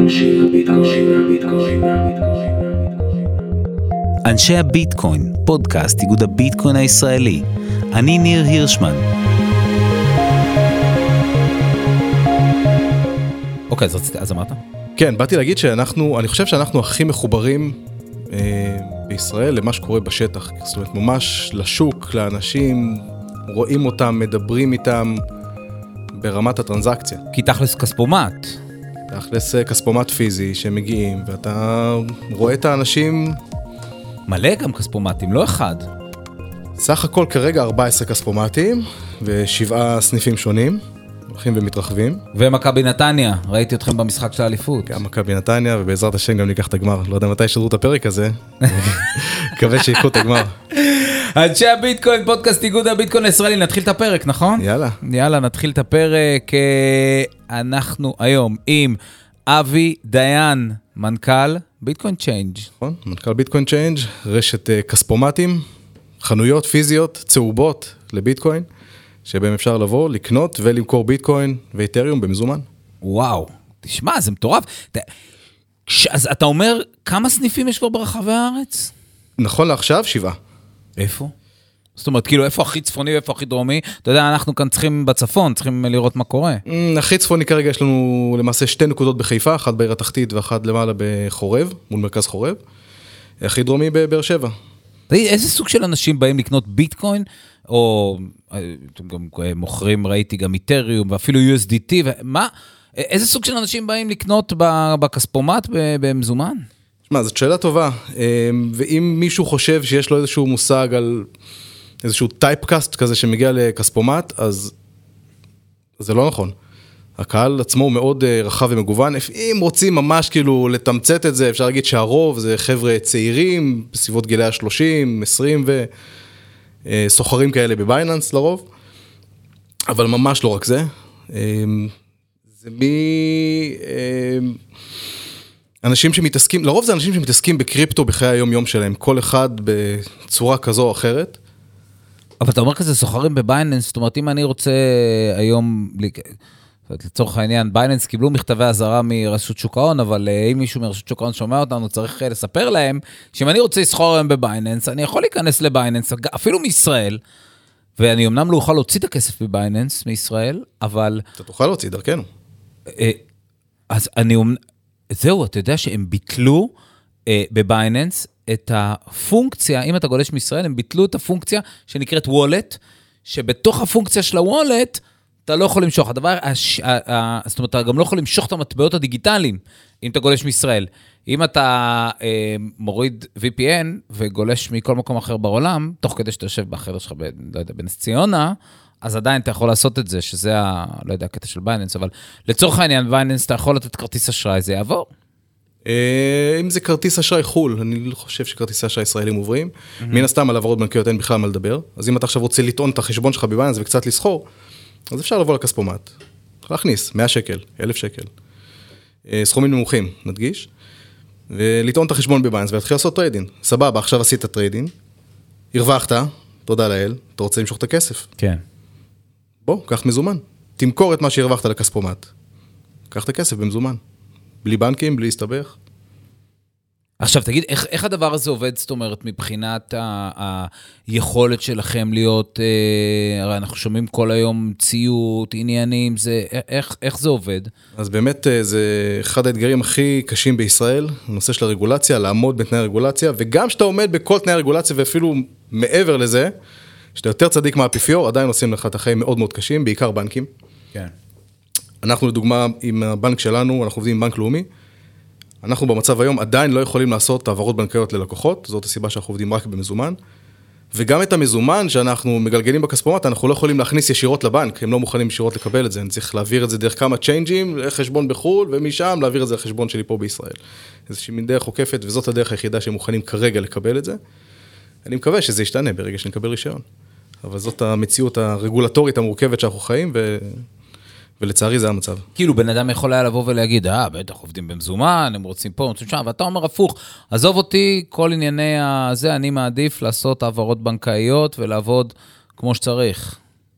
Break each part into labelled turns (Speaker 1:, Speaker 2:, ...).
Speaker 1: אנשי הביטקוין, פודקאסט איגוד הביטקוין הישראלי. אני ניר הירשמן. אוקיי, אז אמרת?
Speaker 2: כן, באתי להגיד אני חושב שאנחנו הכי מחוברים בישראל למה שקורה בשטח. זאת אומרת, ממש לשוק, לאנשים, רואים אותם, מדברים איתם ברמת הטרנזקציה.
Speaker 1: כי תכלס כספומט.
Speaker 2: תכלס כספומט פיזי שמגיעים, ואתה רואה את האנשים...
Speaker 1: מלא גם כספומטים, לא אחד.
Speaker 2: סך הכל כרגע 14 כספומטים, ו7 סניפים שונים, הולכים ומתרחבים.
Speaker 1: ומכבי נתניה, ראיתי אתכם במשחק של האליפות.
Speaker 2: גם מכבי נתניה, ובעזרת השם גם ניקח את הגמר. לא יודע מתי ישדרו את הפרק הזה, מקווה שיקחו את הגמר.
Speaker 1: אנשי הביטקוין, פודקאסט איגוד הביטקוין הישראלי, נתחיל את הפרק, נכון? יאללה, נתחיל את הפרק. אנחנו היום עם אבי דיין, מנכ"ל ביטקוין צ'יינג'.
Speaker 2: נכון, מנכ"ל ביטקוין צ'יינג', רשת כספומטים, חנויות פיזיות, צהובות לביטקוין, שבהם אפשר לבוא, לקנות ולמכור ביטקוין ואתריום במזומן.
Speaker 1: וואו, תשמע, זה מטורף. אז אתה אומר, כמה סניפים יש כבר ברחבי הארץ?
Speaker 2: נכון לעכשיו, 7.
Speaker 1: איפה? זאת אומרת, כאילו, איפה הכי צפוני ואיפה הכי דרומי? אתה יודע, אנחנו כאן צריכים בצפון, צריכים לראות מה קורה.
Speaker 2: הכי צפוני כרגע יש לנו למעשה 2 נקודות בחיפה, אחת בעיר התחתית ואחת למעלה בחורב, מול מרכז חורב. הכי דרומי בבאר שבע.
Speaker 1: איזה סוג של אנשים באים לקנות ביטקוין, או גם מוכרים, ראיתי גם איתריום, ואפילו USDT, ומה? איזה סוג של אנשים באים לקנות בכספומט במזומן?
Speaker 2: תשמע, זאת שאלה טובה, ואם מישהו חושב שיש לו איזשהו מושג על איזשהו טייפקאסט כזה שמגיע לכספומט, אז זה לא נכון. הקהל עצמו הוא מאוד רחב ומגוון, אם רוצים ממש כאילו לתמצת את זה, אפשר להגיד שהרוב זה חבר'ה צעירים, בסביבות גילי ה-30, 20 וסוחרים כאלה בבייננס לרוב, אבל ממש לא רק זה. זה אנשים שמתעסקים, לרוב זה אנשים שמתעסקים בקריפטו בחיי היום-יום שלהם, כל אחד בצורה כזו או אחרת.
Speaker 1: אבל אתה אומר כזה סוחרים בבייננס, זאת אומרת, אם אני רוצה היום, לצורך העניין, בייננס קיבלו מכתבי הזרה מרשות שוק ההון, אבל אם מישהו מרשות שוק ההון שומע אותנו, צריך לספר להם, שאם אני רוצה לסחור היום בבייננס, אני יכול להיכנס לבייננס, אפילו מישראל, ואני אמנם לא אוכל להוציא את הכסף בבייננס מישראל, אבל...
Speaker 2: אתה תוכל להוציא דרכנו.
Speaker 1: אז זהו, אתה יודע שהם ביטלו בבייננס את הפונקציה, אם אתה גולש מישראל, הם ביטלו את הפונקציה שנקראת וולט, שבתוך הפונקציה של הוולט, אתה לא יכול למשוך. זאת אומרת, אתה גם לא יכול למשוך את המטבעות הדיגיטליים, אם אתה גולש מישראל. אם אתה מוריד VPN וגולש מכל מקום אחר בעולם, תוך כדי שאתה יושב בחדר שלך, לא יודע, בנס ציונה, אז עדיין אתה יכול לעשות את זה, שזה לא יודע, הקטע של בייננס, אבל לצורך העניין, בייננס, אתה יכול לתת כרטיס אשראי, זה יעבור.
Speaker 2: אם זה כרטיס אשראי חול, אני לא חושב שכרטיסי אשראי ישראלים עוברים. מן הסתם על העברות בנקאיות אין בכלל מה לדבר. אז אם אתה עכשיו רוצה לטעון את החשבון שלך בבייננס וקצת לסחור, אז אפשר לבוא לכספומט. להכניס 100 שקל, 1,000 שקל. סכומים נמוכים, נדגיש. ולטעון את החשבון בבייננס ולהתחיל לעשות טריידינג. סבבה, עכשיו עשית טריידינג. הרווחת, תודה לאל, אתה רוצה למשוך את הכסף.
Speaker 1: כן.
Speaker 2: בוא, קח מזומן. תמכור את מה שהרווחת לכספומט. קח את הכסף במזומן. בלי בנקים, בלי להסתבך.
Speaker 1: עכשיו, תגיד, איך הדבר הזה עובד, זאת אומרת, מבחינת היכולת שלכם להיות, הרי אנחנו שומעים כל היום ציות, עניינים, איך זה עובד?
Speaker 2: אז באמת, זה אחד האתגרים הכי קשים בישראל, הנושא של הרגולציה, לעמוד בתנאי הרגולציה, וגם שאתה עומד בכל תנאי הרגולציה, ואפילו מעבר לזה, שאתה יותר צדיק מהאפיפיור, עדיין עושים לך את החיים מאוד מאוד קשים, בעיקר בנקים.
Speaker 1: כן.
Speaker 2: אנחנו לדוגמה, עם הבנק שלנו, אנחנו עובדים עם בנק לאומי, אנחנו במצב היום עדיין לא יכולים לעשות העברות בנקאיות ללקוחות, זאת הסיבה שאנחנו עובדים רק במזומן, וגם את המזומן שאנחנו מגלגלים בכספומט, אנחנו לא יכולים להכניס ישירות לבנק, הם לא מוכנים ישירות לקבל את זה, אני צריך להעביר את זה דרך כמה צ'יינג'ים, לחשבון בחול, ומשם להעביר את זה לחשבון שלי פה בישראל. איזושהי מין דרך עוקפת, וזאת הדרך היחידה שהם מוכנים כרגע לקבל את זה. אני מקווה שזה ישתנה ברגע שנקבל רישיון. אבל זאת המציאות הרגולטורית המורכבת שאנחנו חיים, ולצערי זה המצב.
Speaker 1: כאילו בן אדם יכול היה לבוא ולהגיד, בטח עובדים במזומן, הם רוצים פה, הם רוצים שם, ואתה אומר הפוך, עזוב אותי, כל ענייני הזה, אני מעדיף לעשות העברות בנקאיות ולעבוד כמו שצריך.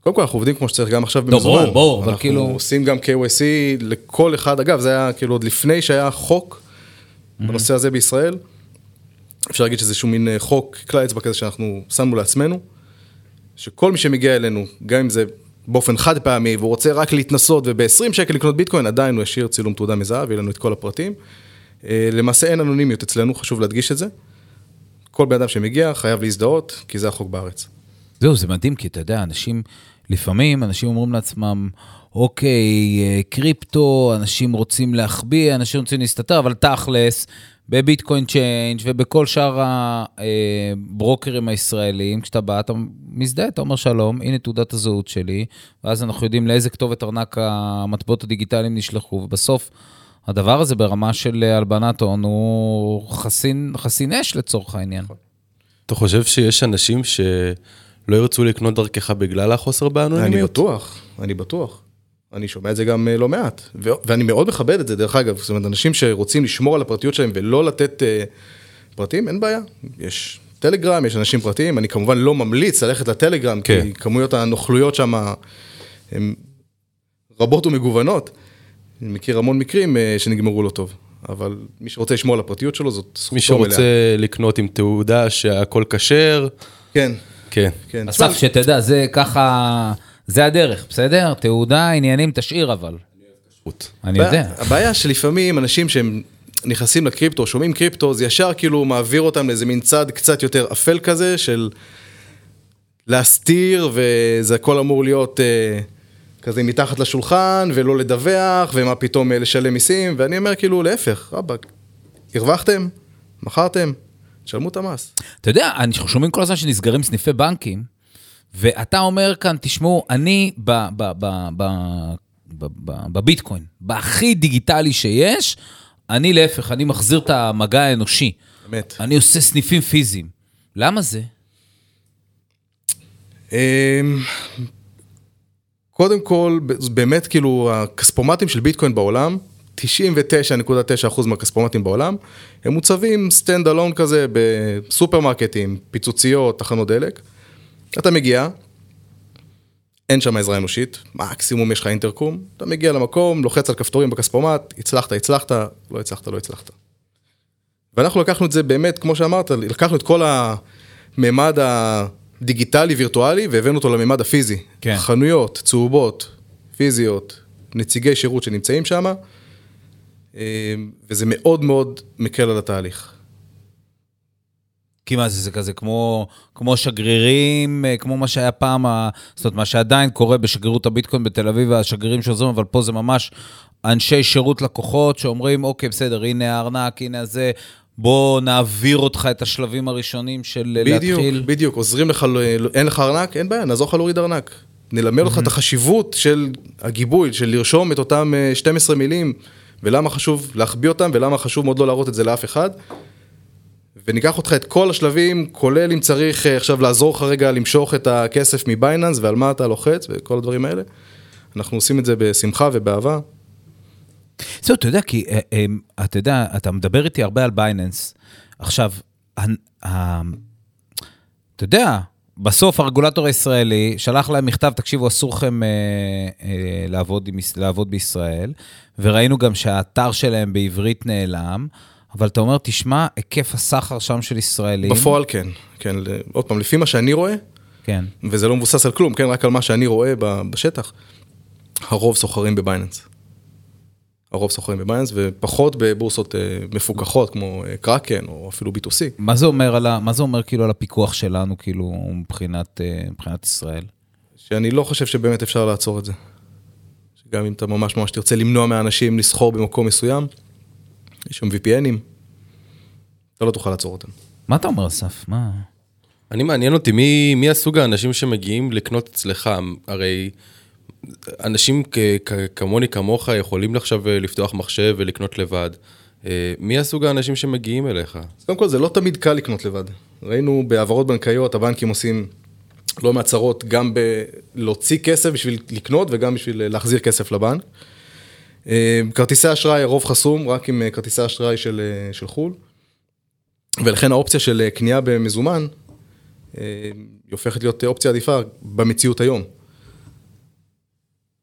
Speaker 2: קודם כל אנחנו עובדים כמו שצריך גם עכשיו במזומן.
Speaker 1: ברור, אבל כאילו...
Speaker 2: אנחנו עושים גם KYC לכל אחד, אגב, זה היה כאילו עוד לפני שהיה חוק בנושא הזה בישראל. אפשר להגיד שזה איזשהו מין חוק, כלל אצבע כזה שאנחנו שמנו לעצמנו, שכל מי שמגיע אלינו, גם אם זה באופן חד פעמי, והוא רוצה רק להתנסות וב-20 שקל לקנות ביטקוין, עדיין הוא ישאיר צילום תעודה מזהה, ויהיה לנו את כל הפרטים. למעשה אין אנונימיות אצלנו, חשוב להדגיש את זה. כל בן אדם שמגיע חייב להזדהות, כי זה החוק בארץ.
Speaker 1: זהו, זה מדהים, כי אתה יודע, לפעמים אנשים אומרים לעצמם, אוקיי, קריפטו, אנשים רוצים להחביא, אנשים רוצים להסתתר, אבל תכלס, בביטקוין צ'יינג' ובכל שאר הברוקרים הישראלים, כשאתה בא, אתה מזדהה, אתה אומר שלום, הנה תעודת הזהות שלי, ואז אנחנו יודעים לאיזה כתובת ארנק המטבעות הדיגיטליים נשלחו, ובסוף הדבר הזה ברמה של הלבנת הון הוא חסין אש לצורך העניין.
Speaker 3: אתה חושב שיש אנשים שלא ירצו לקנות דרכך בגלל החוסר באנונימיות?
Speaker 2: אני בטוח. אני שומע את זה גם לא מעט, ואני מאוד מכבד את זה, דרך אגב, זאת אומרת, אנשים שרוצים לשמור על הפרטיות שלהם ולא לתת פרטים, אין בעיה. יש טלגרם, יש אנשים פרטיים, אני כמובן לא ממליץ ללכת לטלגרם, כי כמויות הנוכלויות שם הן רבות ומגוונות. אני מכיר המון מקרים שנגמרו לא טוב, אבל מי שרוצה לשמור על הפרטיות שלו, זאת זכותו מלאה.
Speaker 3: מי שרוצה לקנות עם תעודה שהכל כשר.
Speaker 2: כן.
Speaker 3: כן.
Speaker 1: אסף, שתדע, זה ככה... זה הדרך, בסדר? תעודה, עניינים, תשאיר אבל. אני יודע.
Speaker 2: הבעיה שלפעמים אנשים שהם נכנסים לקריפטו, שומעים קריפטו, זה ישר כאילו מעביר אותם לאיזה מין צד קצת יותר אפל כזה, של להסתיר, וזה הכל אמור להיות כזה מתחת לשולחן, ולא לדווח, ומה פתאום לשלם מיסים, ואני אומר כאילו להפך, רבאק, הרווחתם, מכרתם, תשלמו את המס.
Speaker 1: אתה יודע, אנחנו שומעים כל הזמן שנסגרים סניפי בנקים, ואתה אומר כאן, תשמעו, אני בביטקוין, בהכי דיגיטלי שיש, אני להפך, אני מחזיר את המגע האנושי.
Speaker 2: באמת.
Speaker 1: אני עושה סניפים פיזיים. למה זה?
Speaker 2: קודם כל, באמת כאילו, הכספומטים של ביטקוין בעולם, 99.9% מהכספומטים בעולם, הם מוצבים סטנד אלון כזה בסופרמרקטים, פיצוציות, תחנות דלק. אתה מגיע, אין שם עזרה אנושית, מקסימום יש לך אינטרקום, אתה מגיע למקום, לוחץ על כפתורים בכספומט, הצלחת, לא הצלחת. ואנחנו לקחנו את זה באמת, כמו שאמרת, לקחנו את כל הממד הדיגיטלי, וירטואלי, והבאנו אותו לממד הפיזי.
Speaker 1: כן.
Speaker 2: חנויות, צהובות, פיזיות, נציגי שירות שנמצאים שם, וזה מאוד מאוד מקל על התהליך.
Speaker 1: כי מה זה כזה, כמו שגרירים, כמו מה שהיה פעם, זאת אומרת, מה שעדיין קורה בשגרירות הביטקוין בתל אביב, השגרירים שעוזרים, אבל פה זה ממש אנשי שירות לקוחות, שאומרים, אוקיי, בסדר, הנה הארנק, הנה הזה, בוא נעביר אותך את השלבים הראשונים של להתחיל.
Speaker 2: בדיוק, עוזרים לך, אין לך ארנק, אין בעיה, נעזור לך להוריד ארנק. נלמד אותך את החשיבות של הגיבוי, של לרשום את אותם 12 מילים, ולמה חשוב להחביא אותם, ולמה חשוב מאוד לא להראות את זה לאף אחד. וניקח אותך את כל השלבים, כולל אם צריך עכשיו לעזור לך רגע למשוך את הכסף מבייננס, ועל מה אתה לוחץ, וכל הדברים האלה. אנחנו עושים את זה בשמחה ובאהבה.
Speaker 1: זהו, אתה יודע, כי אתה יודע, אתה מדבר איתי הרבה על בייננס. עכשיו, אתה יודע, בסוף הרגולטור הישראלי שלח להם מכתב, תקשיבו, אסור לכם לעבוד בישראל, וראינו גם שהאתר שלהם בעברית נעלם, אבל אתה אומר, תשמע, היקף הסחר שם של ישראלים.
Speaker 2: בפועל כן, כן, עוד פעם, לפי מה שאני רואה,
Speaker 1: כן.
Speaker 2: וזה לא מבוסס על כלום, כן, רק על מה שאני רואה בשטח, הרוב סוחרים בבייננס. הרוב סוחרים בבייננס, ופחות בבורסות מפוקחות, כמו קראקן, או אפילו B2C.
Speaker 1: מה זה אומר כאילו על הפיקוח שלנו, כאילו, מבחינת ישראל?
Speaker 2: שאני לא חושב שבאמת אפשר לעצור את זה. שגם אם אתה ממש תרצה למנוע מהאנשים לסחור במקום מסוים, יש שם VPN'ים, אתה לא תוכל לעצור אותם.
Speaker 1: מה אתה אומר, אסף? מה?
Speaker 3: אני מעניין אותי, מי הסוג האנשים שמגיעים לקנות אצלך? הרי אנשים כמוני, כמוך, יכולים עכשיו לפתוח מחשב ולקנות לבד. מי הסוג האנשים שמגיעים אליך?
Speaker 2: קודם כל, זה לא תמיד קל לקנות לבד. ראינו בעברות בנקאיות, הבנקים עושים לא מעצרות, גם להוציא כסף בשביל לקנות, וגם בשביל להחזיר כסף לבנק. כרטיסי אשראי, הרוב חסום, רק עם כרטיסי אשראי של חול. ולכן האופציה של קנייה במזומן, היא הופכת להיות אופציה עדיפה במציאות היום.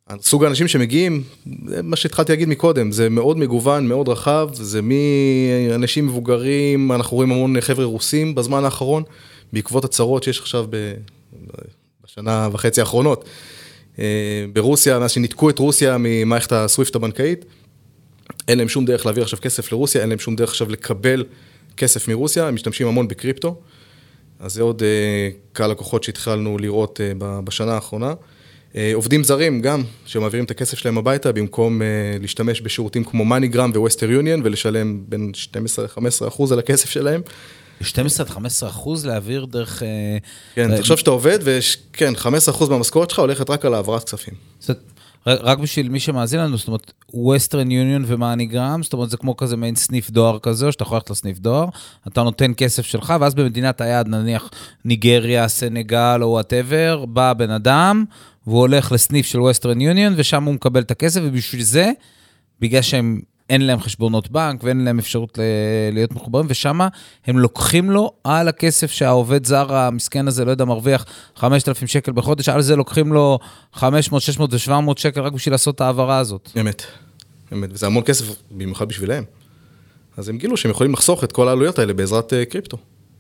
Speaker 2: סוג האנשים שמגיעים, זה מה שהתחלתי להגיד מקודם, זה מאוד מגוון, מאוד רחב, זה מאנשים מבוגרים, אנחנו רואים המון חבר'ה רוסים בזמן האחרון, בעקבות הצרות שיש עכשיו בשנה וחצי האחרונות. ברוסיה, מאז שניתקו את רוסיה ממערכת הסוויפט הבנקאית, אין להם שום דרך להעביר עכשיו כסף לרוסיה, אין להם שום דרך עכשיו לקבל כסף מרוסיה, הם משתמשים המון בקריפטו, אז זה עוד קהל לקוחות שהתחלנו לראות בשנה האחרונה. עובדים זרים גם, שמעבירים את הכסף שלהם הביתה, במקום להשתמש בשירותים כמו מניגרם וווסטר יוניון, ולשלם בין 12-15% על הכסף שלהם.
Speaker 1: 12-15% להעביר דרך...
Speaker 2: כן, תחשוב שאתה עובד, וכן, 15% מהמשכורת שלך הולכת רק על העברת כספים.
Speaker 1: רק בשביל מי שמאזין לנו, זאת אומרת, ווסטרן יוניון ומניגרם, זאת אומרת, זה כמו כזה מעין סניף דואר כזה, או שאתה יכול ללכת לסניף דואר, אתה נותן כסף שלך, ואז במדינת היעד, נניח ניגריה, סנגל או whatever, בא בן אדם, והוא הולך לסניף של ווסטרן יוניון, ושם הוא מקבל את הכסף, ובשביל זה, בגלל שהם אין להם חשבונות בנק, ואין להם אפשרות להיות מחוברים, ושם הם לוקחים לו על הכסף שהעובד זר המסכן הזה, לא יודע, מרוויח 5,000 שקל בחודש, על זה לוקחים לו 500, 600 ו-700 שקל, רק בשביל לעשות את העברה הזאת.
Speaker 2: אמת, אמת, וזה המון כסף, במיוחד בשבילהם. אז הם גילו שהם יכולים לחסוך את כל העלויות האלה בעזרת קריפטו.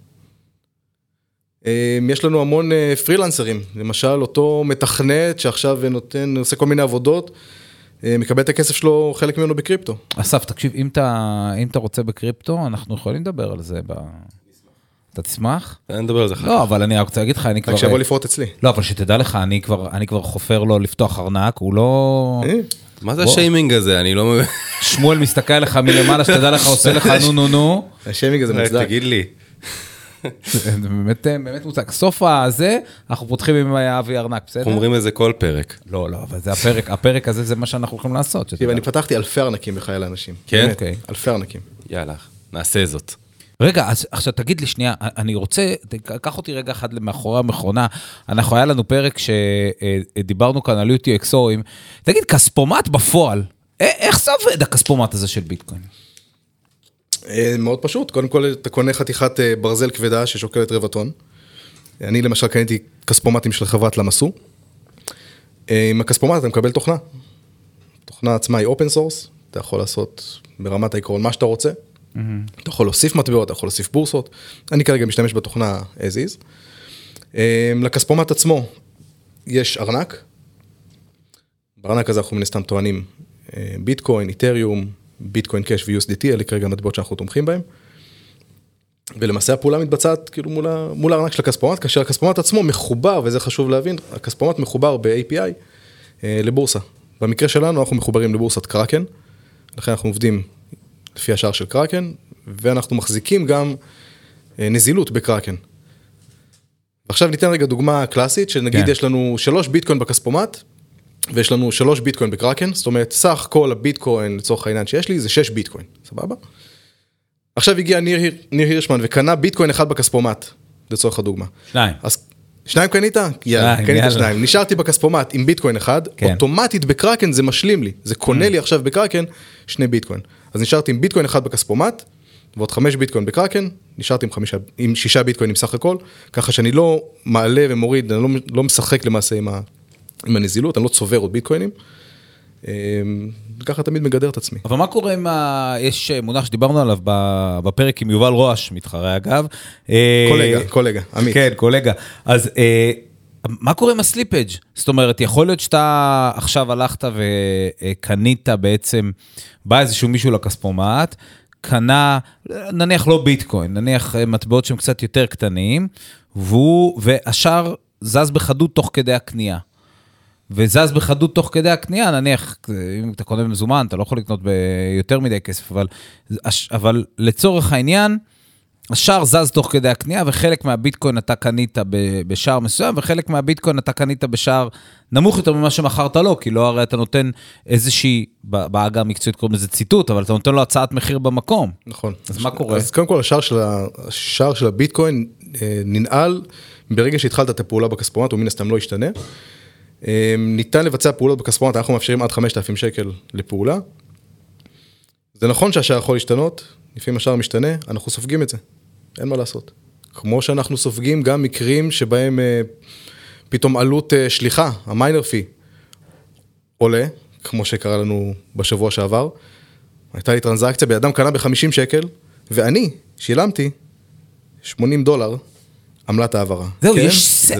Speaker 2: יש לנו המון פרילנסרים, למשל אותו מתכנת שעכשיו עושה כל מיני עבודות, מקבל את הכסף שלו, חלק ממנו בקריפטו.
Speaker 1: אסף, תקשיב, אם אתה רוצה בקריפטו, אנחנו יכולים לדבר על זה. אתה תשמח?
Speaker 3: אני אדבר על זה.
Speaker 1: לא, אבל אני רוצה להגיד לך, אני כבר...
Speaker 2: רק שיבוא לפרוט אצלי.
Speaker 1: לא, אבל שתדע לך, אני כבר חופר לו לפתוח ארנק, הוא לא...
Speaker 3: מה זה השיימינג הזה? אני לא...
Speaker 1: שמואל מסתכל לך מלמעלה, שתדע לך, עושה לך נו.
Speaker 2: השיימינג הזה מוצדק.
Speaker 3: תגיד לי.
Speaker 1: זה באמת מוצג. סוף הזה, אנחנו פותחים עם אבי ארנק, בסדר?
Speaker 3: אנחנו אומרים את זה כל פרק.
Speaker 1: לא, אבל זה הפרק הזה, זה מה שאנחנו הולכים לעשות.
Speaker 2: אני פתחתי אלפי ארנקים בחיי לאנשים.
Speaker 3: כן?
Speaker 2: אלפי ארנקים.
Speaker 3: יאללה, נעשה זאת.
Speaker 1: רגע, אז עכשיו תגיד לי שנייה, אני רוצה, קח אותי רגע אחד למאחורי המכונה, היה לנו פרק שדיברנו כאן על UTXOים, תגיד, כספומט בפועל, איך זה עובד הכספומט הזה של ביטקוין?
Speaker 2: מאוד פשוט, קודם כל אתה קונה חתיכת ברזל כבדה ששוקלת רבע טון. אני למשל קניתי כספומטים של חברת למסו. עם הכספומט אתה מקבל תוכנה. התוכנה עצמה היא open source, אתה יכול לעשות ברמת העיקרון מה שאתה רוצה. אתה יכול להוסיף מטבעות, אתה יכול להוסיף בורסות. אני כרגע משתמש בתוכנה as is. לכספומט עצמו יש ארנק. בארנק הזה אנחנו מן הסתם טוענים ביטקוין, איתריום, ביטקוין קאש ו-USDT, אלה כרגע מטבעות שאנחנו תומכים בהם. ולמעשה הפעולה מתבצעת כאילו מול הארנק של הכספומט, כאשר הכספומט עצמו מחובר, וזה חשוב להבין, הכספומט מחובר ב-API לבורסה. במקרה שלנו אנחנו מחוברים לבורסת קראקן, לכן אנחנו עובדים לפי השער של קראקן, ואנחנו מחזיקים גם נזילות בקראקן. ועכשיו ניתן רגע דוגמה קלאסית, שנגיד יש לנו 3 ביטקוין בכספומט, ויש לנו 3 ביטקוין בקראקן, זאת אומרת, סך כל הביטקוין לצורך העניין שיש לי, זה 6 ביטקוין, סבבה? עכשיו הגיע ניר הירשמן וקנה ביטקוין אחד בכספומט, לצורך הדוגמה.
Speaker 1: 2.
Speaker 2: אז 2 קנית? יאללה, קנית 2. נשארתי בכספומט עם ביטקוין אחד, אוטומטית בקראקן זה משלים לי, זה קונה לי עכשיו בקראקן 2 ביטקוין. אז נשארתי עם ביטקוין אחד בכספומט, ועוד 5 ביטקוין בקראקן, נשארתי עם 6 ביטקוינים סך הכל, ככה שאני לא מעלה ומוריד, אני לא משחק למעשה עם הנזילות, אני לא צובר עוד ביטקוינים, ככה תמיד מגדר את עצמי.
Speaker 1: אבל מה קורה אם יש מונח שדיברנו עליו בפרק עם יובל רועש, מתחרה אגב.
Speaker 2: קולגה, עמית.
Speaker 1: כן, קולגה. אז מה קורה עם הסליפג'? זאת אומרת, יכול להיות שאתה עכשיו הלכת וקנית בעצם, בא איזשהו מישהו לכספומט, קנה, נניח לא ביטקוין, נניח מטבעות שהם קצת יותר קטנים, והשאר זז בחדות תוך כדי הקנייה. וזז בחדות תוך כדי הקנייה, נניח, אם אתה קונה במזומן, אתה לא יכול לקנות ביותר מדי כסף, אבל לצורך העניין, השער זז תוך כדי הקנייה, וחלק מהביטקוין אתה קנית בשער מסוים, וחלק מהביטקוין אתה קנית בשער נמוך יותר ממה שמחרת לו, כי לא הרי אתה נותן איזושהי, בעגה המקצועית קוראים לזה ציטוט, אבל אתה נותן לו הצעת מחיר במקום.
Speaker 2: נכון.
Speaker 1: אז מה קורה?
Speaker 2: אז קודם כל, השער של הביטקוין ננעל, ברגע שהתחלת את הפעולה בכספומט, הוא מן הסתם לא ישתנה. ניתן לבצע פעולות בכספומט, אנחנו מאפשרים עד 5,000 שקל לפעולה. זה נכון שהשער יכול להשתנות, לפעמים השער משתנה, אנחנו סופגים את זה. אין מה לעשות. כמו שאנחנו סופגים גם מקרים שבהם פתאום עלות שליחה, המיינר פי, עולה, כמו שקרה לנו בשבוע שעבר. הייתה לי טרנזקציה, באדם קנה ב-50 שקל, ואני שילמתי $80 עמלת העברה.
Speaker 1: זהו,
Speaker 2: כן?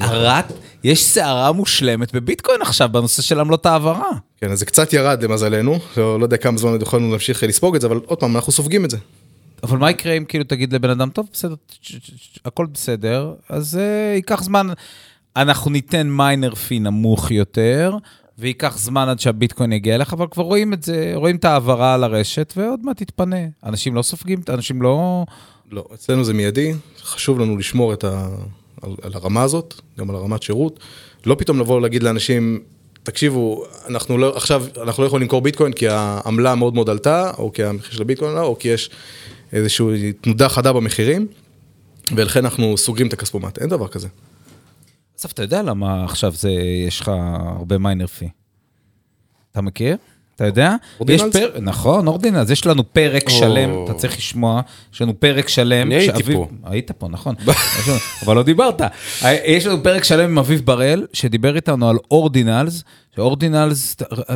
Speaker 1: יש סערה מושלמת בביטקוין עכשיו, בנושא של עמלות העברה.
Speaker 2: כן, אז זה קצת ירד למזלנו, לא יודע כמה זמן יכולנו להמשיך לספוג את זה, אבל עוד פעם, אנחנו סופגים את זה.
Speaker 1: אבל מה יקרה אם כאילו תגיד לבן אדם, טוב, בסדר, הכל בסדר, אז ייקח זמן, אנחנו ניתן מיינר פי נמוך יותר, ויקח זמן עד שהביטקוין יגיע אליך, אבל כבר רואים את זה, רואים את העברה על הרשת, ועוד מה תתפנה. אנשים לא סופגים, אנשים לא...
Speaker 2: לא, אצלנו זה מיידי, חשוב לנו לשמור על הרמה הזאת, גם על הרמת שירות. לא פתאום לבוא להגיד לאנשים, תקשיבו, אנחנו לא יכולים למכור ביטקוין כי העמלה מאוד מאוד עלתה, או כי המחיר של הביטקוין עלה, או כי יש איזושהי תנודה חדה במחירים, ולכן אנחנו סוגרים את הכספומט. אין דבר כזה.
Speaker 1: בסוף, אתה יודע למה עכשיו יש לך הרבה מיינר פי? אתה מכיר? אתה יודע?
Speaker 2: אורדינלס?
Speaker 1: נכון, אורדינלס. יש לנו פרק שלם, אתה צריך לשמוע, יש לנו פרק שלם.
Speaker 3: אני הייתי פה.
Speaker 1: היית פה, נכון. אבל לא דיברת. יש לנו פרק שלם עם אביב בראל, שדיבר איתנו על אורדינלס, שאורדינלס,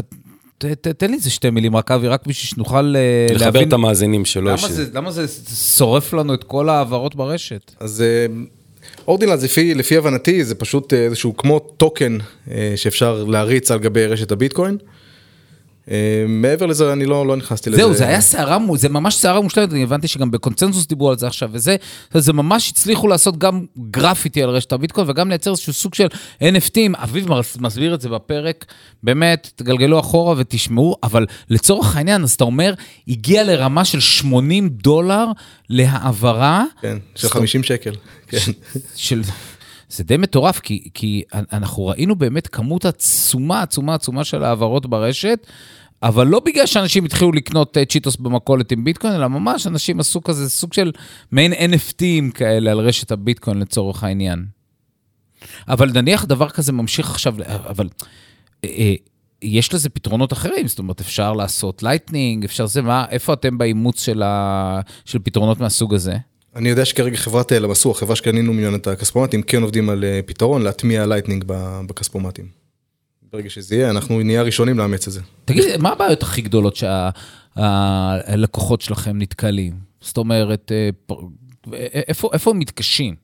Speaker 1: תן לי איזה 2 מילים רק אבי, רק בשביל שנוכל להבין.
Speaker 3: לחבר את המאזינים שלו.
Speaker 1: למה זה שורף לנו את כל העברות ברשת?
Speaker 2: אז אורדינלס, לפי הבנתי, זה פשוט איזשהו כמו טוקן שאפשר להריץ על גבי רשת הביטקוין. מעבר לזה, אני לא נכנסתי לזה.
Speaker 1: זהו, זה היה סערה, זה ממש סערה מושלמת, אני הבנתי שגם בקונצנזוס דיברו על זה עכשיו, וזה ממש הצליחו לעשות גם גרפיטי על רשת הביטקוין, וגם לייצר איזשהו סוג של NFTים, אביב מסביר את זה בפרק, באמת, תגלגלו אחורה ותשמעו, אבל לצורך העניין, אז אתה אומר, הגיע לרמה של $80 להעברה.
Speaker 2: כן, של 50 שקל. כן.
Speaker 1: זה די מטורף, כי אנחנו ראינו באמת כמות עצומה של העברות ברשת, אבל לא בגלל שאנשים התחילו לקנות צ'יטוס במכולת עם ביטקוין, אלא ממש אנשים עשו כזה סוג של מעין NFTים כאלה על רשת הביטקוין לצורך העניין. אבל נניח דבר כזה ממשיך עכשיו, אבל יש לזה פתרונות אחרים, זאת אומרת אפשר לעשות לייטנינג, אפשר זה, איפה אתם באימוץ של פתרונות מהסוג הזה?
Speaker 2: אני יודע שכרגע חברת למסו, החברה שקנינו ממנה את הכספומטים, כן עובדים על פתרון להטמיע לייטנינג בכספומטים. ברגע שזה יהיה, אנחנו נהיה ראשונים לאמץ את זה.
Speaker 1: תגיד, מה הבעיות הכי גדולות שהלקוחות שלכם נתקלים? זאת אומרת, איפה הם מתקשים?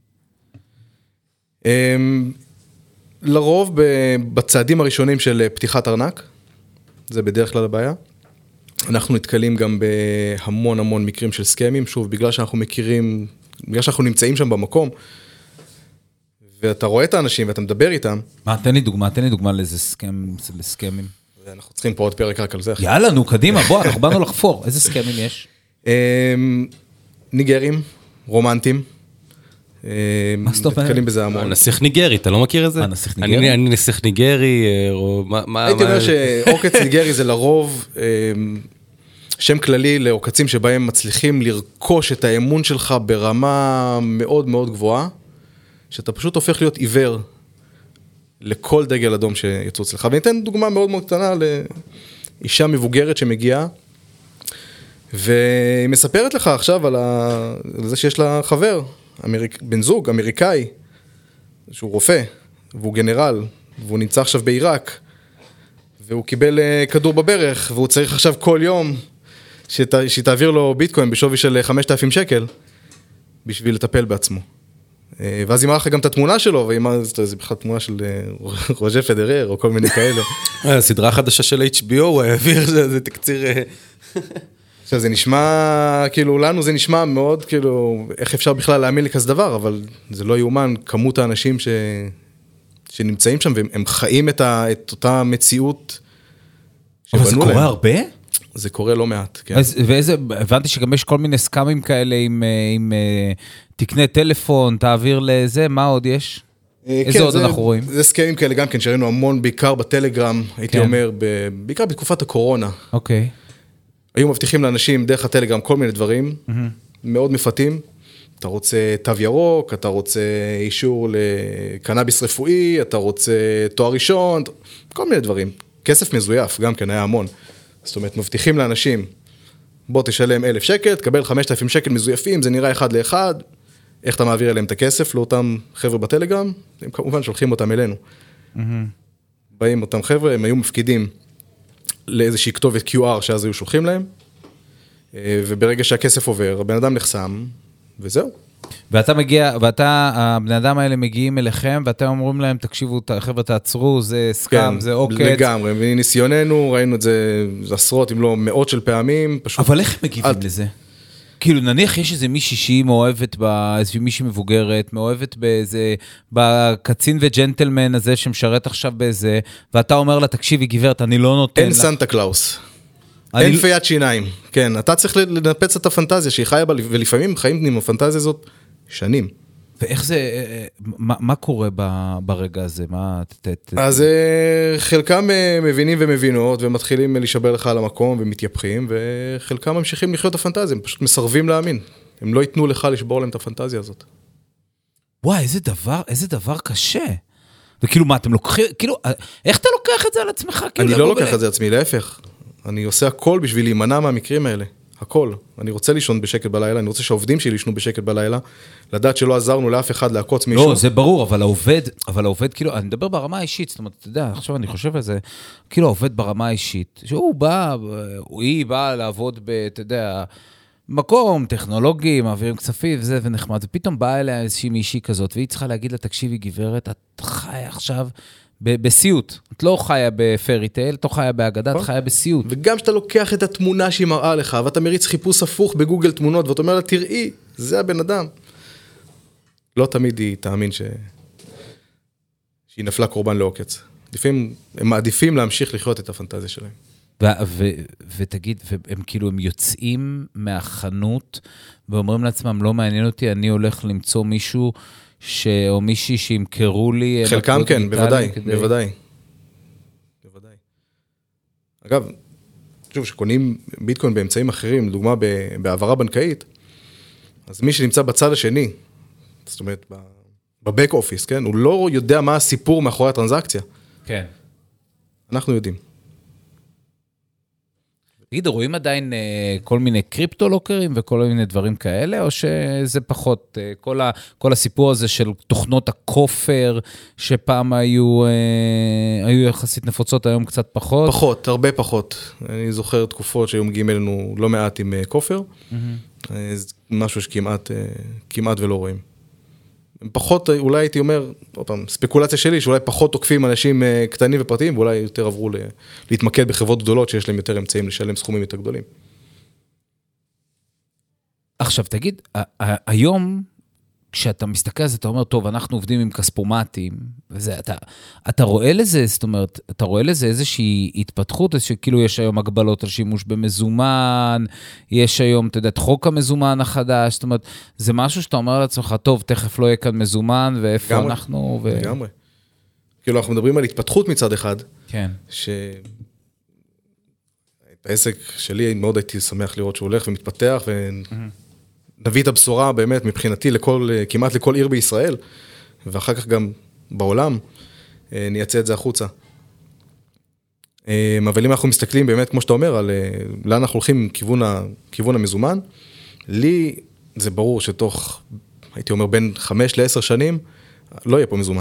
Speaker 2: לרוב בצעדים הראשונים של פתיחת ארנק, זה בדרך כלל הבעיה. אנחנו נתקלים גם בהמון מקרים של סקמים, שוב, בגלל שאנחנו מכירים, בגלל שאנחנו נמצאים שם במקום, ואתה רואה את האנשים ואתה מדבר איתם.
Speaker 1: מה, תן לי דוגמה לאיזה סקמים.
Speaker 2: ואנחנו צריכים פה עוד פרק רק על זה.
Speaker 1: יאללה, נו, קדימה, בוא, אנחנו באנו לחפור. איזה סקמים יש?
Speaker 2: ניגרים, רומנטים.
Speaker 1: מה זאת אומרת?
Speaker 2: נתקלים בזה המון.
Speaker 3: נסיך ניגרי, אתה לא מכיר את זה?
Speaker 1: נסיך ניגרי?
Speaker 3: אני נסיך ניגרי,
Speaker 2: הייתי אומר שעוקץ ניגרי זה לרוב שם כללי לעוקצים שבהם מצליחים לרכוש את האמון שלך ברמה מאוד מאוד גבוהה, שאתה פשוט הופך להיות עיוור לכל דגל אדום שיצאו אצלך. ואני אתן דוגמה מאוד מאוד קטנה לאישה מבוגרת שמגיעה, והיא מספרת לך עכשיו על זה שיש לה חבר, בן זוג, אמריקאי, שהוא רופא, והוא גנרל, והוא נמצא עכשיו בעיראק, והוא קיבל כדור בברך, והוא צריך עכשיו כל יום שתעביר לו ביטקוין בשווי של 5,000 שקל, בשביל לטפל בעצמו. ואז היא מראה לך גם את התמונה שלו, והיא אמרה, זה בכלל תמונה של רוג'ר פדרר, או כל מיני כאלה.
Speaker 3: סדרה חדשה של HBO, הוא העביר, זה תקציר...
Speaker 2: עכשיו, זה נשמע, כאילו, לנו זה נשמע מאוד, כאילו, איך אפשר בכלל להאמין לכזה דבר, אבל זה לא יאומן, כמות האנשים שנמצאים שם, והם חיים את אותה מציאות
Speaker 1: אבל זה קורה הרבה?
Speaker 2: זה קורה לא מעט, כן.
Speaker 1: הבנתי שגם יש כל מיני סקאמים כאלה עם תקנה טלפון, תעביר לזה, מה עוד יש? איזה עוד אנחנו רואים?
Speaker 2: זה סקאמים כאלה גם כן, שראינו המון, בעיקר בטלגרם, הייתי אומר, בעיקר בתקופת הקורונה.
Speaker 1: אוקיי.
Speaker 2: היו מבטיחים לאנשים דרך הטלגרם כל מיני דברים, מאוד מפתים. אתה רוצה תו ירוק, אתה רוצה אישור לקנאביס רפואי, אתה רוצה תואר ראשון, כל מיני דברים. כסף מזויף, גם כן היה המון. זאת אומרת, מבטיחים לאנשים, בוא תשלם 1,000 שקל, תקבל 5,000 שקל מזויפים, זה נראה אחד לאחד, איך אתה מעביר אליהם את הכסף לאותם חבר'ה בטלגרם, הם כמובן שולחים אותם אלינו. באים אותם חבר'ה, הם היו מפקידים לאיזושהי כתובת QR שאז היו שולחים להם, וברגע שהכסף עובר, הבן אדם נחסם, וזהו.
Speaker 1: ואתה מגיע, הבני אדם האלה מגיעים אליכם, ואתם אומרים להם, תקשיבו, חבר'ה, תעצרו, זה סקאם, זה עוקץ.
Speaker 2: לגמרי, מניסיוננו, ראינו את זה עשרות, אם לא מאות של פעמים, פשוט...
Speaker 1: אבל איך הם מגיבים לזה? כאילו, נניח יש איזה מישהי שהיא מאוהבת, איזושהי מישהי מבוגרת, מאוהבת באיזה, בקצין וג'נטלמן הזה שמשרת עכשיו באיזה, ואתה אומר לה, תקשיבי גברת, אני לא נותן
Speaker 2: אין סנטה קלאוס. אין פיית שיניים. כן, אתה צריך לנפץ את הפנטזיה שהיא חיה בה, ולפעמים חיים עם הפנטזיה הזאת שנים.
Speaker 1: ואיך זה, מה קורה ברגע הזה?
Speaker 2: אז חלקם מבינים ומבינות, ומתחילים להישבר לך על המקום, ומתייפחים, וחלקם ממשיכים לחיות את הפנטזיה, הם פשוט מסרבים להאמין. הם לא ייתנו לך לשבור להם את הפנטזיה הזאת.
Speaker 1: וואי, איזה דבר קשה. וכאילו, מה, אתם לוקחים, כאילו, איך אתה לוקח את זה על עצמך?
Speaker 2: אני לא לוקח את זה עצמי, להפך. אני עושה הכל בשביל להימנע מהמקרים האלה. הכל. אני רוצה לישון בשקט בלילה, אני רוצה שהעובדים שלי לישנו בשקט בלילה, לדעת שלא עזרנו לאף אחד לעקוץ מישהו.
Speaker 1: לא, זה ברור, אבל העובד, כאילו, אני מדבר ברמה האישית, זאת אומרת, אתה יודע, עכשיו אני חושב על זה, כאילו העובד ברמה האישית, שהוא בא, היא באה לעבוד אתה יודע, מקום טכנולוגי, מעבירים כספים וזה ונחמד, ופתאום באה אליה איזושהי מישהי כזאת, והיא צריכה להגיד לה, תקשיבי גברת, את חיה עכשיו בסיוט. את לא חיה בפריטייל, את לא חיה באגדה, את חיה בסיוט.
Speaker 2: וגם שאתה לוקח את התמונה שהיא מראה לך, ואתה מריץ חיפוש הפוך בגוגל תמונות, ואתה אומר לה, תראי, זה הבן אדם. לא תמיד היא תאמין שהיא נפלה קורבן לעוקץ. לפעמים הם מעדיפים להמשיך לחיות את הפנטזיה שלהם.
Speaker 1: ותגיד, הם כאילו, הם יוצאים מהחנות, ואומרים לעצמם, לא מעניין אותי, אני הולך למצוא מישהו או מישהי שימכרו לי...
Speaker 2: חלקם כן, בוודאי, בוודאי. בוודאי. אגב, שוב, שקונים ביטקוין באמצעים אחרים, לדוגמה בהעברה בנקאית, אז מי שנמצא בצד השני, זאת אומרת, בבק אופיס, כן? הוא לא יודע מה הסיפור מאחורי הטרנזקציה.
Speaker 1: כן.
Speaker 2: אנחנו יודעים.
Speaker 1: תגיד, רואים עדיין כל מיני קריפטולוקרים וכל מיני דברים כאלה, או שזה פחות, כל הסיפור הזה של תוכנות הכופר, שפעם היו יחסית נפוצות, היום קצת פחות?
Speaker 2: פחות, הרבה פחות. אני זוכר תקופות שהיו מגיעים אלינו לא מעט עם כופר, משהו שכמעט ולא רואים. פחות, אולי הייתי אומר, ספקולציה שלי, שאולי פחות תוקפים אנשים קטנים ופרטיים, ואולי יותר עברו להתמקד בחברות גדולות, שיש להם יותר אמצעים לשלם סכומים יותר גדולים.
Speaker 1: עכשיו, תגיד, היום, כשאתה מסתכל על זה, אתה אומר, טוב, אנחנו עובדים עם כספומטים, וזה, אתה רואה לזה, זאת אומרת, אתה רואה לזה איזושהי התפתחות, כאילו יש היום הגבלות על שימוש במזומן, יש היום, אתה יודע, את חוק המזומן החדש, זאת אומרת, זה משהו שאתה אומר לעצמך, טוב, תכף לא יהיה כאן מזומן, ואיפה
Speaker 2: גמרי,
Speaker 1: אנחנו...
Speaker 2: לגמרי. כאילו, אנחנו מדברים על התפתחות מצד אחד,
Speaker 1: כן.
Speaker 2: העסק שלי, מאוד הייתי שמח לראות שהוא הולך ומתפתח, נביא את הבשורה באמת מבחינתי כמעט לכל עיר בישראל, ואחר כך גם בעולם, נייצא את זה החוצה. אבל אם אנחנו מסתכלים באמת, כמו שאתה אומר, על לאן אנחנו הולכים כיוון המזומן, לי זה ברור שתוך, הייתי אומר, בין 5 ל-10 שנים, לא יהיה פה מזומן.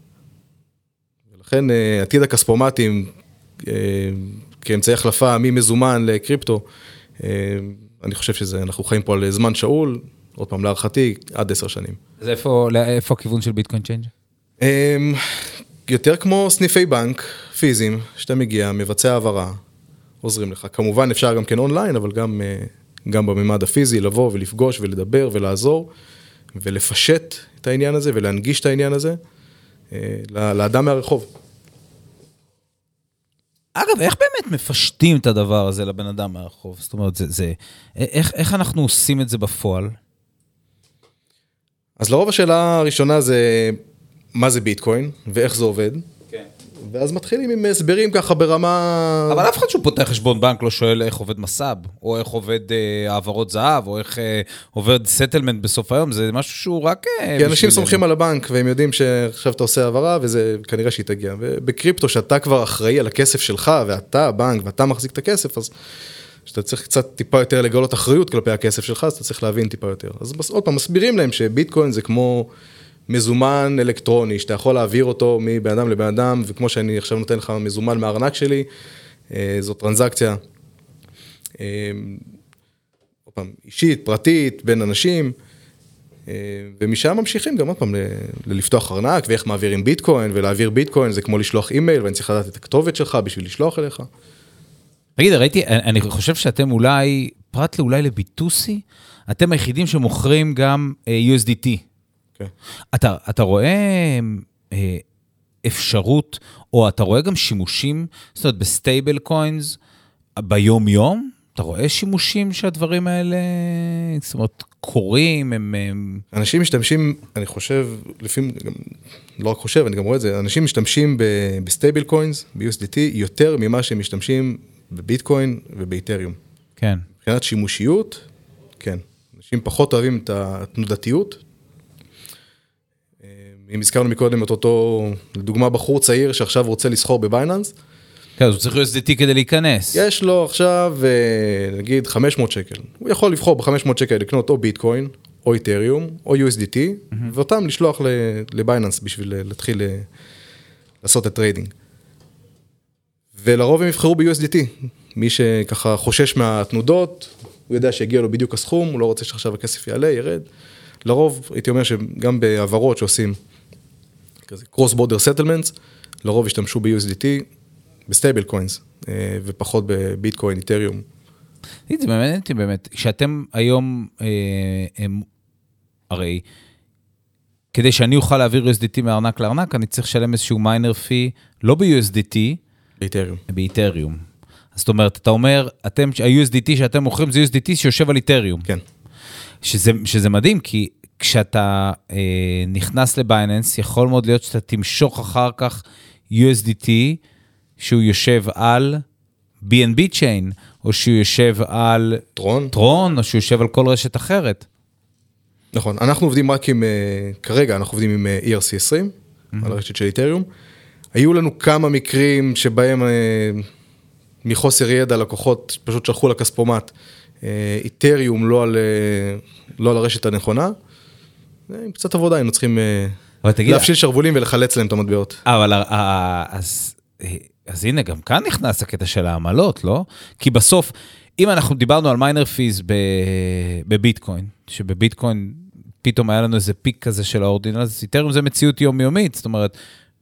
Speaker 2: ולכן עתיד הכספומטים, כאמצעי החלפה ממזומן לקריפטו, אני חושב שזה, אנחנו חיים פה על זמן שאול, עוד פעם להערכתי, עד 10 שנים.
Speaker 1: אז איפה הכיוון של ביטקוין צ'יינג'?
Speaker 2: יותר כמו סניפי בנק, פיזיים, שאתה מגיע, מבצע העברה, עוזרים לך. כמובן אפשר גם כן אונליין, אבל גם בממד הפיזי, לבוא ולפגוש ולדבר ולעזור, ולפשט את העניין הזה, ולהנגיש את העניין הזה, לאדם מהרחוב.
Speaker 1: אגב, איך באמת מפשטים את הדבר הזה לבן אדם מהרחוב? זאת אומרת, איך אנחנו עושים את זה בפועל?
Speaker 2: אז לרוב השאלה הראשונה זה, מה זה ביטקוין, ואיך זה עובד? כן. ואז מתחילים עם הסברים ככה ברמה...
Speaker 1: אבל אף אחד שהוא פותח חשבון בנק לא שואל איך עובד מסאב, או איך עובד העברות זהב, או איך עובד סטלמנט בסוף היום, זה משהו שהוא רק...
Speaker 2: כי אנשים סומכים על הבנק, והם יודעים שעכשיו אתה עושה העברה, וזה כנראה שהיא תגיע. ובקריפטו, שאתה כבר אחראי על הכסף שלך, ואתה הבנק, ואתה מחזיק את הכסף, אז שאתה צריך קצת טיפה יותר לגלות אחריות כלפי הכסף שלך, אז אתה צריך להבין טיפה יותר. אז עוד פעם, מסבירים להם שביטקוין זה כמו מזומן אלקטרוני, שאתה יכול להעביר אותו מבן אדם לבן אדם, וכמו שאני עכשיו נותן לך מזומן מהארנק שלי, זו טרנזקציה אישית, פרטית, בין אנשים, ומשם ממשיכים גם עוד פעם לפתוח ארנק, ואיך מעבירים ביטקוין, ולהעביר ביטקוין, זה כמו לשלוח אימייל, ואני צריך לדעת את הכתובת שלך בשביל לשלוח אליך.
Speaker 1: תגיד, ראיתי, אני חושב שאתם אולי, פרט אולי לביטוסי, אתם היחידים שמוכרים גם USDT.
Speaker 2: כן.
Speaker 1: אתה רואה אפשרות, או אתה רואה גם שימושים, זאת אומרת, בסטייבל קוינס, ביום-יום, אתה רואה שימושים שהדברים האלה, זאת אומרת, קורים, הם...
Speaker 2: אנשים משתמשים, אני חושב, לפעמים, לא רק חושב, אני גם רואה את זה, אנשים משתמשים בסטייבל קוינס, ב-USDT, יותר ממה שהם משתמשים בביטקוין ובאיתריום.
Speaker 1: כן.
Speaker 2: מבחינת שימושיות, כן. אנשים פחות אוהבים את התנודתיות. אם הזכרנו מקודם את אותו, לדוגמה, בחור צעיר שעכשיו רוצה לסחור בבייננס.
Speaker 1: כן, אז הוא צריך USDT כדי להיכנס.
Speaker 2: יש לו עכשיו, נגיד, 500 שקל. הוא יכול לבחור ב-500 שקל לקנות או ביטקוין, או איתריום, או USDT, ואותם לשלוח לבייננס בשביל להתחיל לעשות את הטריידינג. ולרוב הם יבחרו ב-USDT. מי שככה חושש מהתנודות, הוא יודע שהגיע לו בדיוק הסכום, הוא לא רוצה שעכשיו הכסף יעלה, ירד. לרוב, הייתי אומר שגם בעברות שעושים כזה cross border settlements, לרוב השתמשו ב-USDT, בסטייבל קוינס, ופחות בביטקוין, איתריום.
Speaker 1: זה מעניין אותי באמת, שאתם היום, הרי, כדי שאני אוכל להעביר USDT מארנק לארנק, אני צריך לשלם איזשהו מיינר פי, לא ב-USDT, באיתריום. אז זאת אומרת, אתה אומר, ה-USDT שאתם מוכרים, זה USDT שיושב על איתריום.
Speaker 2: כן.
Speaker 1: שזה מדהים, כי כשאתה נכנס לבייננס, יכול מאוד להיות שאתה תמשוך אחר כך USDT, שהוא יושב על BNB chain, או שהוא יושב על טרון, או שהוא יושב על כל רשת אחרת.
Speaker 2: נכון, אנחנו עובדים רק עם, כרגע אנחנו עובדים עם ERC20, על הרשת של איתריום. היו לנו כמה מקרים שבהם מחוסר ידע לקוחות פשוט שלחו לכספומט, איתריום לא על הרשת הנכונה, עם קצת עבודה היינו צריכים להפשיל שרבולים ולחלץ להם את המטבעות.
Speaker 1: אבל אז הנה, גם כאן נכנס הקטע של העמלות, לא? כי בסוף, אם אנחנו דיברנו על מיינר פיז בביטקוין, שבביטקוין פתאום היה לנו איזה פיק כזה של האורדינל, אז איתריום זה מציאות יומיומית, זאת אומרת,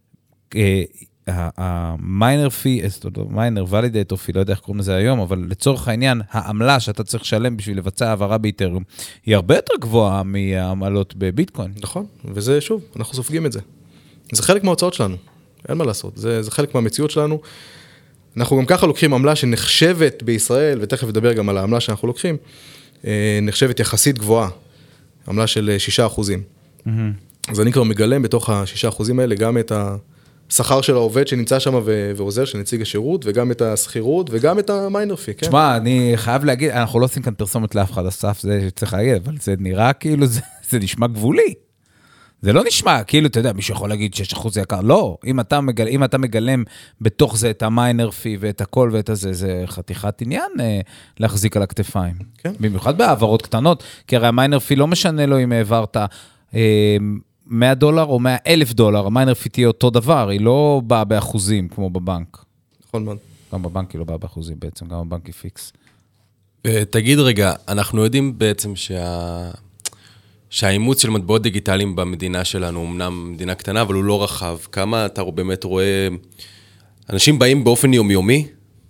Speaker 1: המיינר פי, מיינר ולידטור פי, לא יודע איך קוראים לזה היום, אבל לצורך העניין, העמלה שאתה צריך לשלם בשביל לבצע העברה באיתריום, היא הרבה יותר גבוהה מהעמלות בביטקוין.
Speaker 2: נכון, וזה שוב, אנחנו סופגים את זה. זה חלק מההוצאות שלנו, אין מה לעשות, זה חלק מהמציאות שלנו. אנחנו גם ככה לוקחים עמלה שנחשבת בישראל, ותכף נדבר גם על העמלה שאנחנו לוקחים, נחשבת יחסית גבוהה, עמלה של 6%. אז אני כבר מגלם בתוך ה6% האלה גם את השכר של העובד שנמצא שם ועוזר, של נציג השירות, וגם את השכירות, וגם את המיינר פי, כן?
Speaker 1: תשמע, אני חייב להגיד, אנחנו לא עושים כאן פרסומת לאף אחד, אסף, זה צריך להגיד, אבל זה נראה כאילו, זה נשמע גבולי. זה לא נשמע, כאילו, אתה יודע, מישהו יכול להגיד 6% זה יקר, לא, אם אתה מגלם בתוך זה את המיינר פי ואת הכל ואת הזה, זה חתיכת עניין להחזיק על הכתפיים. כן. במיוחד בעברות קטנות, כי הרי המיינר פי לא משנה לו אם העברת $100 או $100,000, המיינר פי תהיה אותו דבר, היא לא באה באחוזים כמו בבנק.
Speaker 2: נכון מאוד.
Speaker 1: גם בבנק היא לא באה באחוזים בעצם, גם בבנק היא פיקס.
Speaker 3: תגיד רגע, אנחנו יודעים בעצם שהאימוץ של מטבעות דיגיטליים במדינה שלנו, אמנם מדינה קטנה, אבל הוא לא רחב. כמה אתה באמת רואה, אנשים באים באופן יומיומי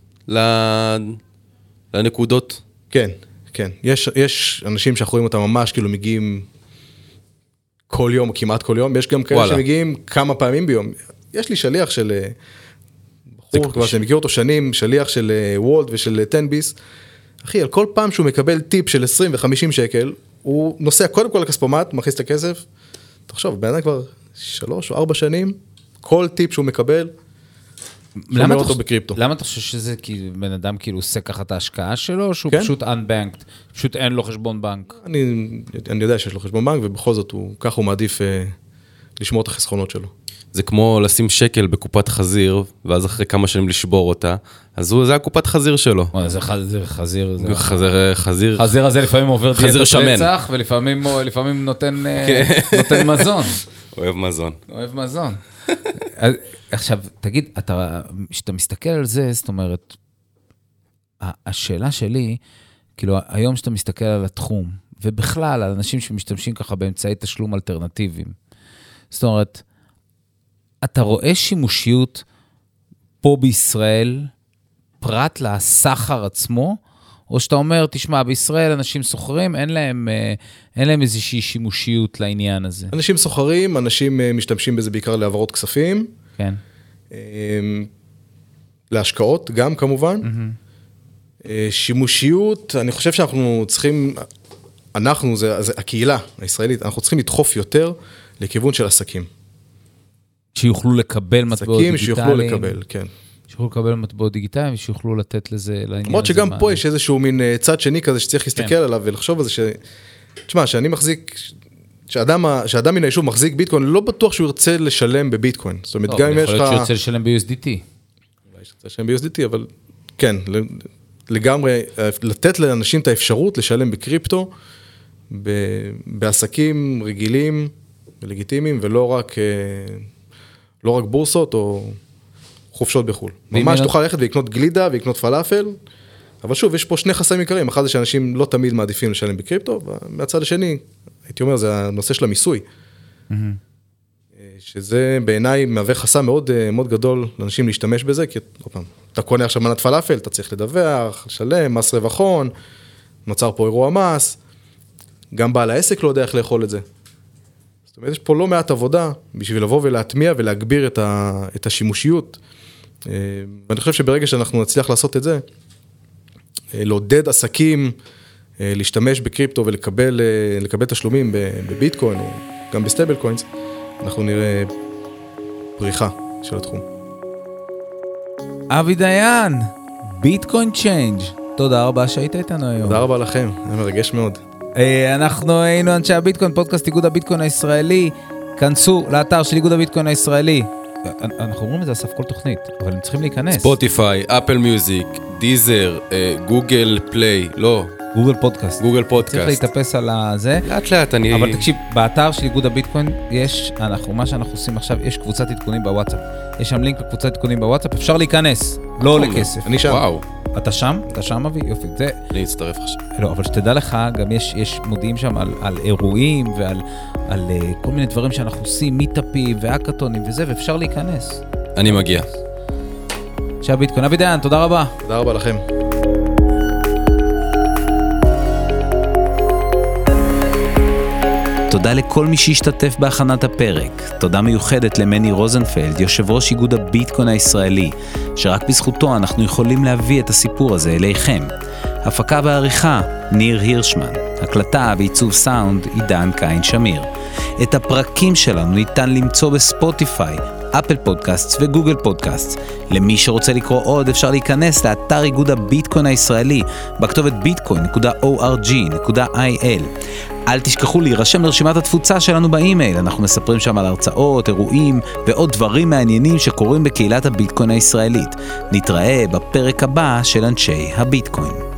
Speaker 3: לנקודות?
Speaker 2: כן, כן. יש אנשים שאנחנו רואים אותם ממש כאילו מגיעים כל יום, או כמעט כל יום. יש גם כאלה שמגיעים כמה פעמים ביום. יש לי שליח של בחור, כבר שאני מכיר אותו שנים, שליח של וולט ושל טנביס. אחי, על כל פעם שהוא מקבל טיפ של 20 ו-50 שקל, הוא נוסע קודם כל לכספומט, מכניס את הכסף, תחשוב, בעיניי כבר 3 או 4 שנים, כל טיפ שהוא מקבל, שומר אותו בקריפטו.
Speaker 1: למה אתה חושב שזה בן אדם כאילו עושה ככה את ההשקעה שלו, או שהוא פשוט unbanked, פשוט אין לו חשבון בנק?
Speaker 2: אני יודע שיש לו חשבון בנק, ובכל זאת ככה הוא מעדיף לשמור את החסכונות שלו.
Speaker 3: זה כמו לשים שקל בקופת חזיר, ואז אחרי כמה שנים לשבור אותה, אז זה הקופת חזיר שלו.
Speaker 1: זה חזיר.
Speaker 3: חזיר
Speaker 1: הזה לפעמים עובר דיאטת
Speaker 3: שמן.
Speaker 1: רצח, ולפעמים נותן מזון.
Speaker 3: אוהב מזון.
Speaker 1: עכשיו, תגיד, כשאתה מסתכל על זה, זאת אומרת, השאלה שלי, כאילו, היום שאתה מסתכל על התחום, ובכלל, על אנשים שמשתמשים ככה באמצעי תשלום אלטרנטיביים, זאת אומרת, אתה רואה שימושיות פה בישראל, פרט לסחר עצמו, או שאתה אומר, תשמע, בישראל אנשים סוחרים, אין להם איזושהי שימושיות לעניין הזה.
Speaker 2: אנשים סוחרים, אנשים משתמשים בזה בעיקר להעברות כספים.
Speaker 1: כן.
Speaker 2: להשקעות גם כמובן. שימושיות, אני חושב שאנחנו צריכים, זה הקהילה הישראלית, אנחנו צריכים לדחוף יותר לכיוון של עסקים.
Speaker 1: שיוכלו לקבל מטבעות דיגיטליים.
Speaker 2: עסקים שיוכלו לקבל, כן.
Speaker 1: שיוכלו לקבל מטבעות דיגיטליים, ושיוכלו לתת לזה לעניין הזה.
Speaker 2: למרות שגם פה יש איזשהו מין צד שני כזה שצריך להסתכל עליו ולחשוב על זה תשמע, שאני מחזיק, שאדם מן היישוב מחזיק ביטקוין, לא בטוח שהוא ירצה לשלם בביטקוין. זאת אומרת, גם אם יש לך...
Speaker 1: יכול להיות שהוא ירצה לשלם ב-USDT.
Speaker 2: אולי שירצה לשלם ב-USDT, אבל כן, לגמרי, לתת לאנשים את האפשרות לשלם בקריפטו, בעסקים רגילים ולגיטימיים, ולא רק בורסות או חופשות בחול. ממש תוכל ללכת ולקנות גלידה ולקנות פלאפל, אבל שוב, יש פה שני חסמים עיקריים. אחד זה שאנשים לא תמיד מעדיפים לשלם בקריפטו, ומהצד השני, הייתי אומר, זה הנושא של המיסוי. שזה בעיניי מהווה חסם מאוד, מאוד גדול לאנשים להשתמש בזה, כי אתה קונה עכשיו מנת פלאפל, אתה צריך לדווח, לשלם, מס רווחון, נוצר פה אירוע מס, גם בעל העסק לא יודע איך לאכול את זה. זאת אומרת, יש פה לא מעט עבודה בשביל לבוא ולהטמיע ולהגביר את השימושיות. ואני חושב שברגע שאנחנו נצליח לעשות את זה, לעודד עסקים, להשתמש בקריפטו ולקבל תשלומים בביטקוין או גם בסטייבל קוינס, אנחנו נראה פריחה של התחום.
Speaker 1: אבי דיין, ביטקוין צ'יינג', תודה רבה שהיית איתנו היום.
Speaker 2: תודה רבה לכם, היה מרגש מאוד.
Speaker 1: אנחנו היינו אנשי הביטקוין, פודקאסט איגוד הביטקוין הישראלי, כנסו לאתר של איגוד הביטקוין הישראלי. אנחנו אומרים את זה אסף כל תוכנית, אבל הם צריכים להיכנס.
Speaker 3: ספוטיפיי, אפל מיוזיק, דיזר, גוגל פליי, לא.
Speaker 1: גוגל פודקאסט.
Speaker 3: גוגל פודקאסט.
Speaker 1: צריך להתאפס על זה.
Speaker 3: לאט לאט אני...
Speaker 1: אבל תקשיב, באתר של איגוד הביטקוין יש, מה שאנחנו עושים עכשיו, יש קבוצת עדכונים בוואטסאפ. יש שם לינק לקבוצת עדכונים בוואטסאפ, אפשר להיכנס, לא עולה כסף.
Speaker 2: אני שם.
Speaker 3: וואו.
Speaker 1: אתה שם? אתה שם, אבי? יופי.
Speaker 3: אני אצטרף עכשיו.
Speaker 1: לא, אבל שתדע לך, גם יש מודיעים שם על אירועים ועל כל מיני דברים שאנחנו עושים, מיטאפים והאקתונים וזה, ואפשר להיכנס.
Speaker 3: אני מגיע.
Speaker 1: שהביטקוין. אבי דיין, תודה רבה.
Speaker 2: תודה רבה לכם.
Speaker 1: תודה לכל מי שהשתתף בהכנת הפרק. תודה מיוחדת למני רוזנפלד, יושב ראש איגוד הביטקוין הישראלי, שרק בזכותו אנחנו יכולים להביא את הסיפור הזה אליכם. הפקה ועריכה, ניר הירשמן. הקלטה ועיצוב סאונד, עידן קין שמיר. את הפרקים שלנו ניתן למצוא בספוטיפיי, אפל פודקאסט וגוגל פודקאסט. למי שרוצה לקרוא עוד אפשר להיכנס לאתר איגוד הביטקוין הישראלי, בכתובת bitcoin.org.il. אל תשכחו להירשם לרשימת התפוצה שלנו באימייל, אנחנו מספרים שם על הרצאות, אירועים ועוד דברים מעניינים שקורים בקהילת הביטקוין הישראלית. נתראה בפרק הבא של אנשי הביטקוין.